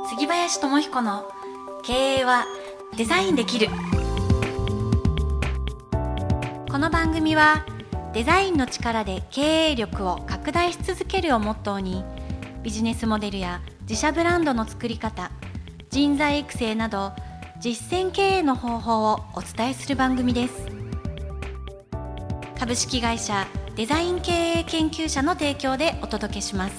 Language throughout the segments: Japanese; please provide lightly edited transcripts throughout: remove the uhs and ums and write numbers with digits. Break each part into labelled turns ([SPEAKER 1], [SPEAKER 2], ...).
[SPEAKER 1] 杉林智彦の経営はデザインできる。この番組はデザインの力で経営力を拡大し続けるをモットーに、ビジネスモデルや自社ブランドの作り方、人材育成など実践経営の方法をお伝えする番組です。株式会社デザイン経営研究者の提供でお届けします。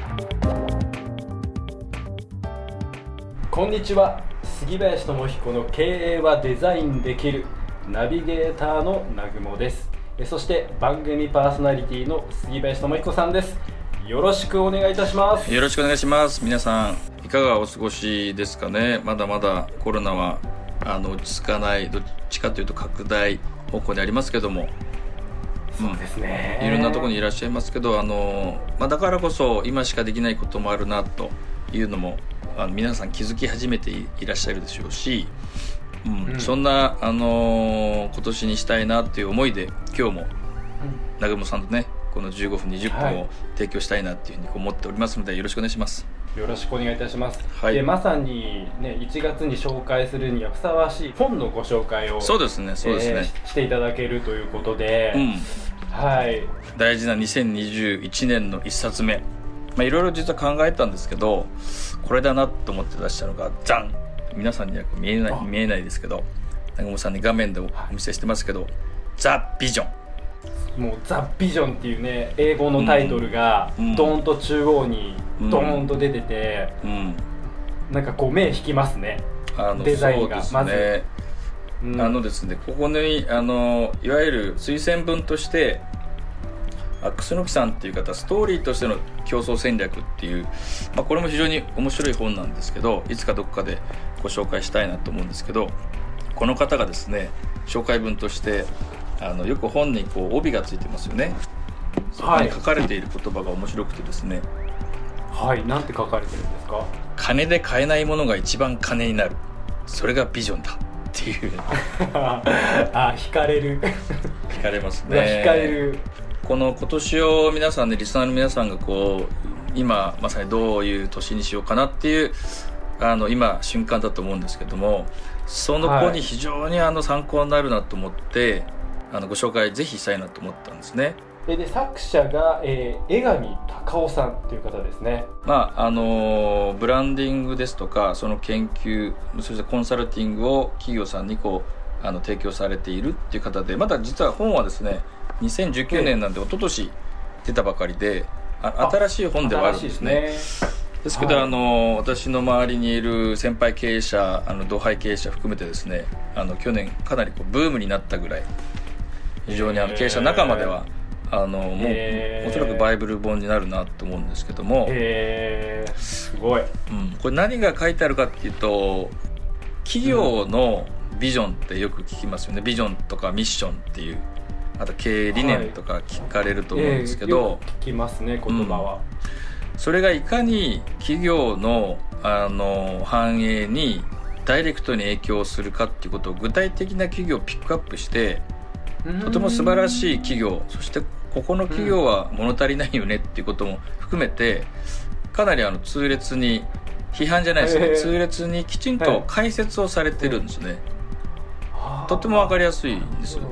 [SPEAKER 2] こんにちは。杉林智彦の経営はデザインできるナビゲーターの南雲です。そして番組パーソナリティの杉林智彦さんです。よろしくお願いいたします。
[SPEAKER 3] よろしくお願いします。皆さんいかがお過ごしですかね。まだまだコロナは落ち着かない、どっちかというと拡大方向にありますけども、
[SPEAKER 2] そうですね、
[SPEAKER 3] いろんなところにいらっしゃいますけど、だからこそ今しかできないこともあるなというのも皆さん気づき始めていらっしゃるでしょうし、そんな、今年にしたいなという思いで今日も南雲さんとねこの15分20分を提供したいなというふうに思っておりますので、よろしくお願いします。
[SPEAKER 2] よろしくお願いいたします、
[SPEAKER 3] で
[SPEAKER 2] まさに、ね、1月に紹介するにはふさわしい本のご紹介を
[SPEAKER 3] そうですね
[SPEAKER 2] していただけるということで、大
[SPEAKER 3] 事な2021年の1冊目、いろいろ実は考えたんですけど、これだなと思って出したのがザン、皆さんには見えないですけど、南雲さんに画面でお見せしてますけど、ザ・ビジョン、
[SPEAKER 2] もうザ・ビジョンっていうね英語のタイトルがドーンと中央にドーンと出てて、なんかこう目引きますね、デザインがまず。
[SPEAKER 3] ですね、ここにいわゆる推薦文として楠木さんっていう方、ストーリーとしての競争戦略っていう、これも非常に面白い本なんですけど、いつかどこかでご紹介したいなと思うんですけど、この方がですね紹介文としてよく本にこう帯がついてますよね。そこに書かれている言葉が面白くてですね、
[SPEAKER 2] なんて書かれてるんですか。
[SPEAKER 3] 金で買えないものが一番金になる、それがビジョンだっていう
[SPEAKER 2] 惹かれる
[SPEAKER 3] 惹かれますね。
[SPEAKER 2] 惹かれる。
[SPEAKER 3] 今年を皆さんで、リスナーの皆さんがこう今まさにどういう年にしようかなっていう今瞬間だと思うんですけども、その子に非常に参考になるなと思って、ご紹介ぜひしたいなと思ったんですね。
[SPEAKER 2] で作者が、江上隆夫さんという方ですね。
[SPEAKER 3] ブランディングですとか、その研究、そしてコンサルティングを企業さんにこう提供されているっていう方で、まだ実は本はですね2019年なんで一昨年出たばかりで、新しい本ではあるんですね。ですけど、私の周りにいる先輩経営者、同輩経営者含めてですね、去年かなりこうブームになったぐらい、非常に経営者仲間ではもうおそらくバイブル本になるなと思うんですけども、
[SPEAKER 2] すごい、
[SPEAKER 3] これ何が書いてあるかっていうと、企業のビジョンってよく聞きますよね。ビジョンとかミッションっていう、あと経営理念とか聞かれると思うんですけど、
[SPEAKER 2] よく聞きますね、言葉は。
[SPEAKER 3] それがいかに企業の繁栄にダイレクトに影響するかっていうことを具体的な企業をピックアップして、とても素晴らしい企業、そしてここの企業は物足りないよねっていうことも含めて、かなり痛烈に、批判じゃないですけど、痛烈にきちんと解説をされてるんですね。とても分かりやすいんですよ。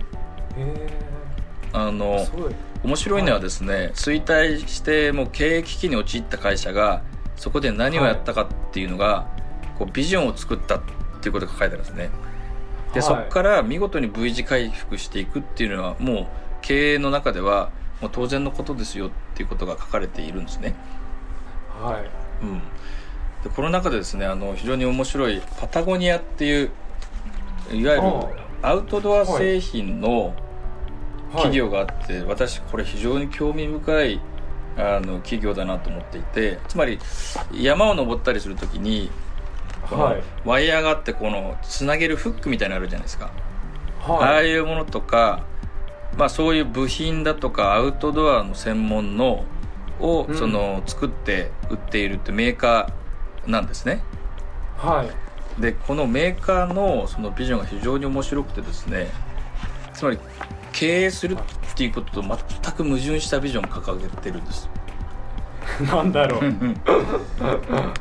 [SPEAKER 3] 面白いのはですね、衰退してもう経営危機に陥った会社がそこで何をやったかっていうのが、こうビジョンを作ったっていうことが書かれてあるんですね。で、そこから見事に V 字回復していくっていうのは、もう経営の中ではもう当然のことですよっていうことが書かれているんですね。でこの中でですね、非常に面白いパタゴニアっていういわゆるアウトドア製品の企業があって、私これ非常に興味深い企業だなと思っていて、つまり山を登ったりするときにこのワイヤーがあって、このつなげるフックみたいなのあるじゃないですか、ああいうものとか、そういう部品だとかアウトドアの専門のを作って売っているってメーカーなんですね。でこのメーカーのそのビジョンが非常に面白くてですね、つまり経営するっていうことと全く矛盾したビジョンを掲げてるんです。
[SPEAKER 2] なんだろう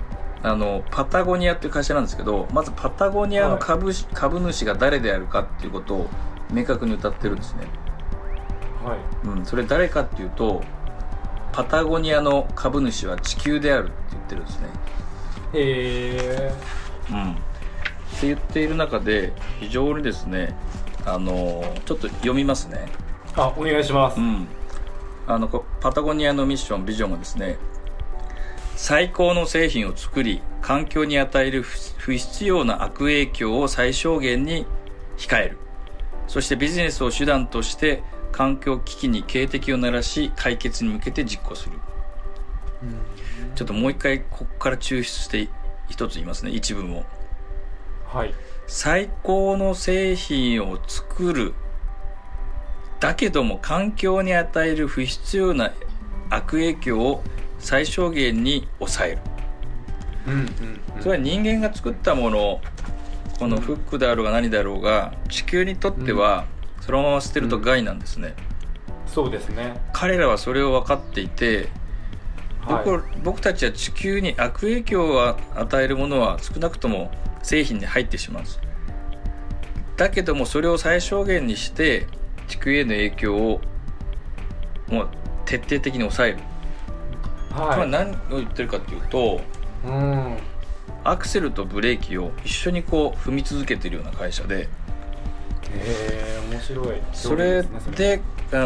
[SPEAKER 3] パタゴニアっていう会社なんですけど、まずパタゴニアの株主が誰であるかっていうことを明確に謳ってるんですね。はい。それ誰かっていうと、パタゴニアの株主は地球であるって言ってるんですね。
[SPEAKER 2] へー。
[SPEAKER 3] って言っている中で非常にですね、ちょっと読みますね。
[SPEAKER 2] お願いします。
[SPEAKER 3] パタゴニアのミッション、ビジョンはですね、最高の製品を作り、環境に与える不必要な悪影響を最小限に控える。そしてビジネスを手段として環境危機に警笛を鳴らし、解決に向けて実行する。ちょっともう一回ここから抽出して一つ言いますね、一文を。
[SPEAKER 2] はい。
[SPEAKER 3] 最高の製品を作る。だけども環境に与える不必要な悪影響を最小限に抑える。それは人間が作ったもの、このフックであろうが何であろうが、地球にとってはそのまま捨てると害なんですね。
[SPEAKER 2] そうですね。
[SPEAKER 3] 彼らはそれを分かっていて、僕たちは地球に悪影響を与えるものは少なくとも製品に入ってしまうんです。だけどもそれを最小限にして地球への影響をもう徹底的に抑える。何を言ってるかというと、アクセルとブレーキを一緒にこう踏み続けているような会社で、
[SPEAKER 2] 面白い。
[SPEAKER 3] それで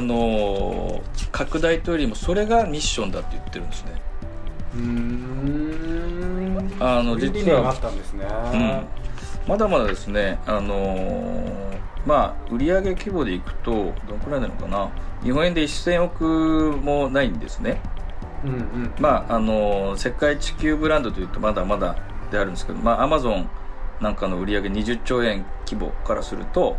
[SPEAKER 3] 拡大というよりもそれがミッションだって言ってるんですね。
[SPEAKER 2] 実はあったんですね。
[SPEAKER 3] まだまだですね、売上規模でいくとどのくらいなのかな、日本円で1000億もないんですね。世界地球ブランドというとまだまだであるんですけど、アマゾンなんかの売上20兆円規模からすると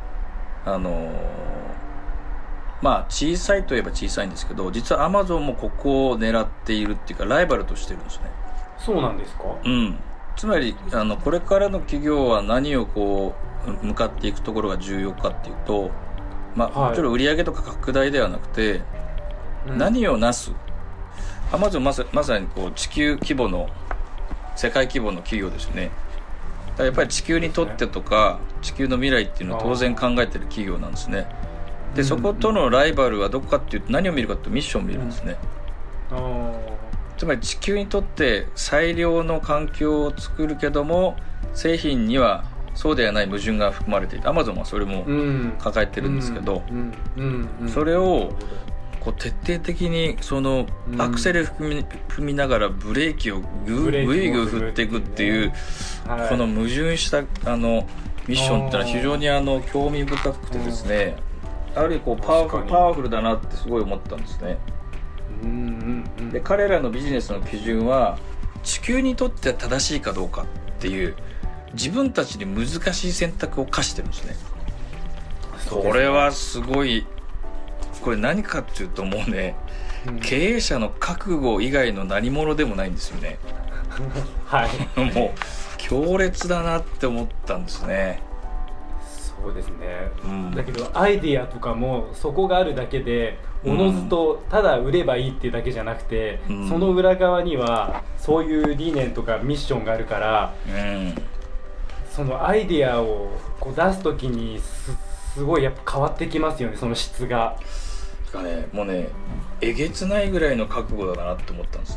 [SPEAKER 3] 小さいといえば小さいんですけど、実はアマゾンもここを狙っているっていうかライバルとしてるんですね。
[SPEAKER 2] そうなんですか？
[SPEAKER 3] つまりこれからの企業は何をこう向かっていくところが重要かっていうと、もちろん売上とか拡大ではなくて、何をなす。アマゾンまさにこう地球規模の世界規模の企業ですよね。だからやっぱり地球にとってとか地球の未来っていうのを当然考えてる企業なんですね。でそことのライバルはどこかっていうと、何を見るかというとミッションを見るんですね。つまり地球にとって最良の環境を作るけども製品にはそうではない矛盾が含まれていて、アマゾンはそれも抱えてるんですけど、それをこう徹底的にそのアクセル踏みながらブレーキをぐいぐい振っていくっていう、この矛盾したミッションってのは非常に興味深くてですね、ある意味こうパワフルだなってすごい思ったんですね。で彼らのビジネスの基準は地球にとって正しいかどうかっていう自分たちに難しい選択を課してるんですね。これはすごい。これ何かっていうともうね、経営者の覚悟以外の何者でもないんですよね。もう強烈だなって思ったんですね。
[SPEAKER 2] そうですね、だけどアイディアとかもそこがあるだけでおのずとただ売ればいいっていうだけじゃなくて、その裏側にはそういう理念とかミッションがあるから、そのアイディアをこう出すときにすごいやっぱ変わってきますよね、その質が。
[SPEAKER 3] もうね、えげつないぐらいの覚悟だなって思ったんです。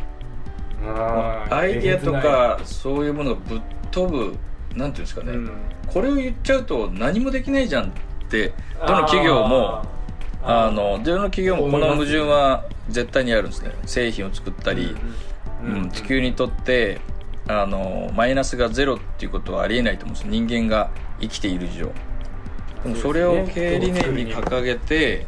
[SPEAKER 3] アイディアとかそういうものがぶっ飛ぶ、なんていうんですかね、これを言っちゃうと何もできないじゃんってどの企業もこの矛盾は絶対にあるんですね。製品を作ったり、地球にとってマイナスがゼロっていうことはありえないと思うんです。人間が生きている以上。でもそれを経営理念に掲げて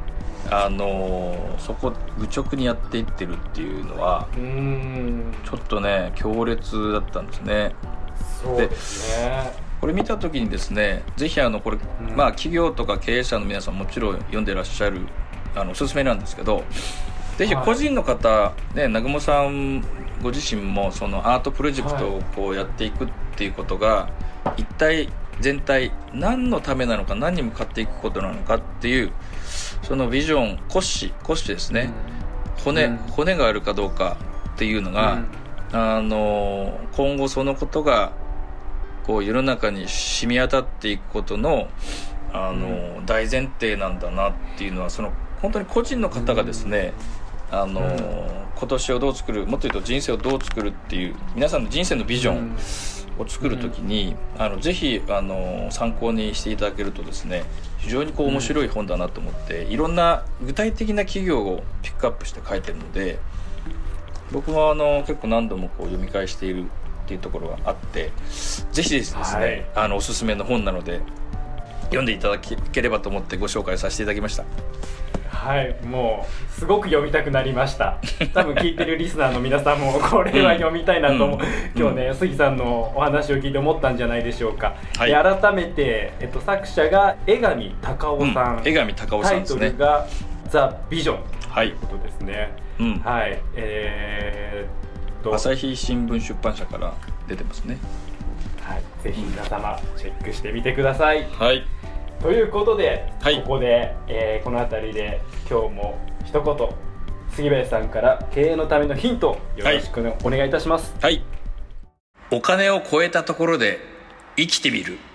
[SPEAKER 3] そこ愚直にやっていってるっていうのはちょっとね強烈だったんですね。
[SPEAKER 2] そうですね。
[SPEAKER 3] これ見た時にですね、ぜひこれ、企業とか経営者の皆さんもちろん読んでらっしゃるおすすめなんですけど、ぜひ個人の方、南雲さんご自身もそのアートプロジェクトをこうやっていくっていうことが、一体全体何のためなのか、何に向かっていくことなのかっていうそのビジョン、骨子ですね、骨があるかどうかっていうのが、 今後そのことがこう世の中に染み渡っていくことの大前提なんだなっていうのは、その本当に個人の方がですね、今年をどう作る、もっと言うと人生をどう作るっていう皆さんの人生のビジョンを作るときに、ぜひ参考にしていただけるとですね、非常にこう面白い本だなと思って、いろんな具体的な企業をピックアップして書いてるので、僕も結構何度もこう読み返しているっていうところがあって、ぜひですね、おすすめの本なので読んでいただければと思ってご紹介させていただきました。
[SPEAKER 2] はい、もうすごく読みたくなりました。多分聞いてるリスナーの皆さんもこれは読みたいなと思う、今日ね、杉さんのお話を聞いて思ったんじゃないでしょうか。はい、改めて、作者が江上隆夫さん、
[SPEAKER 3] 江上隆夫さんですね。
[SPEAKER 2] タイトルがザ・ビジョンということですね。はい、
[SPEAKER 3] 朝日新聞出版社から出てますね。
[SPEAKER 2] はい、ぜひ皆様チェックしてみてください。
[SPEAKER 3] はい、
[SPEAKER 2] ということで、
[SPEAKER 3] はい、
[SPEAKER 2] ここで、この辺りで今日も一言杉林さんから経営のためのヒントよろしくお願いいたします。
[SPEAKER 3] はい、お金を超えたところで生きてみる。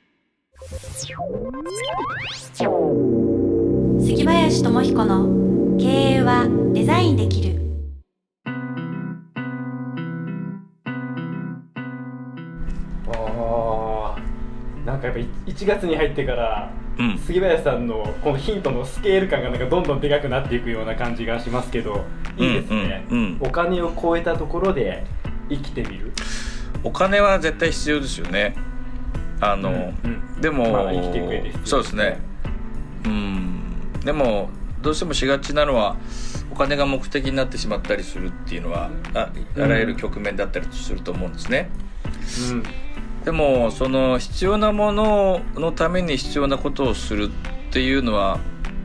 [SPEAKER 1] 杉林智彦の経営はデザインできる。
[SPEAKER 2] なんかやっぱ1月に入ってから、杉林さんのこのヒントのスケール感がなんかどんどんでかくなっていくような感じがしますけど、いいですね。お金を超えたところで生きてみる。お
[SPEAKER 3] 金は絶対必要ですよね。でも、
[SPEAKER 2] 生きていく上で必要ですね。
[SPEAKER 3] そうですね。でもどうしてもしがちなのは、お金が目的になってしまったりするっていうのは あらゆる局面だったりすると思うんですね。でもその必要なもののために必要なことをするっていうのは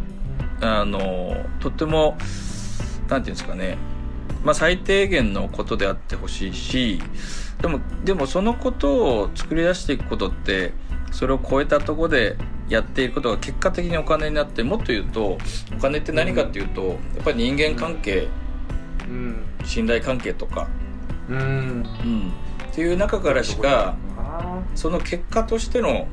[SPEAKER 3] とってもなんていうんですかね、最低限のことであってほしいし、でもそのことを作り出していくことって、それを超えたところでやっていくことが結果的にお金になって、もっと言うとお金って何かっていうと、やっぱり人間関係、信頼関係とか、っていう中からしかその結果としての、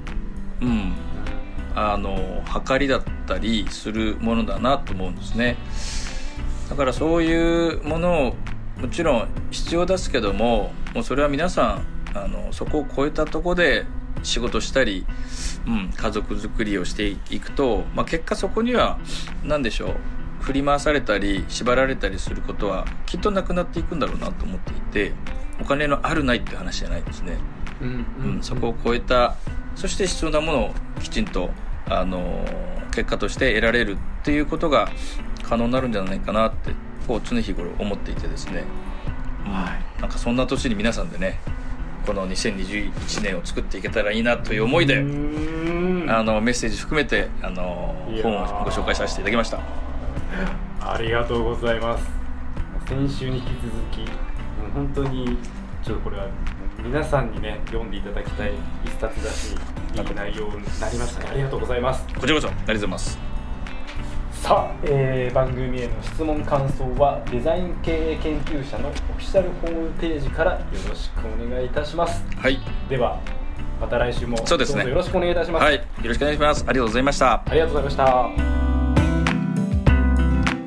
[SPEAKER 3] 計りだったりするものだなと思うんですね。だからそういうものをもちろん必要ですけども、もうそれは皆さんそこを超えたところで仕事したり、家族作りをしていくと、結果そこには何でしょう、振り回されたり縛られたりすることはきっとなくなっていくんだろうなと思っていて、お金のあるないっていう話じゃないですね。そこを超えた、そして必要なものをきちんと結果として得られるっていうことが可能になるんじゃないかなってこう常日頃思っていてですね、なんかそんな年に皆さんでね、この2021年を作っていけたらいいなという思いでメッセージ含めて本をご紹介させていただきました。
[SPEAKER 2] ありがとうございます。先週に引き続き本当にちょっとこれは皆さんにね読んでいただきたい一冊だし、いい内容になりましたね。ありがとうございます。
[SPEAKER 3] こちらこそありがとうございます。
[SPEAKER 2] さあ、番組への質問感想はデザイン経営研究者のオフィシャルホームページからよろしくお願いいたします。
[SPEAKER 3] はい、
[SPEAKER 2] ではまた来週も
[SPEAKER 3] そうですね、
[SPEAKER 2] よろしくお願いいたします。
[SPEAKER 3] はい、よろしくお願いします。ありがとうございました。
[SPEAKER 2] ありがとうございました。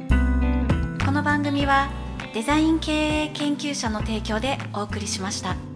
[SPEAKER 1] この番組はデザイン経営研究者の提供でお送りしました。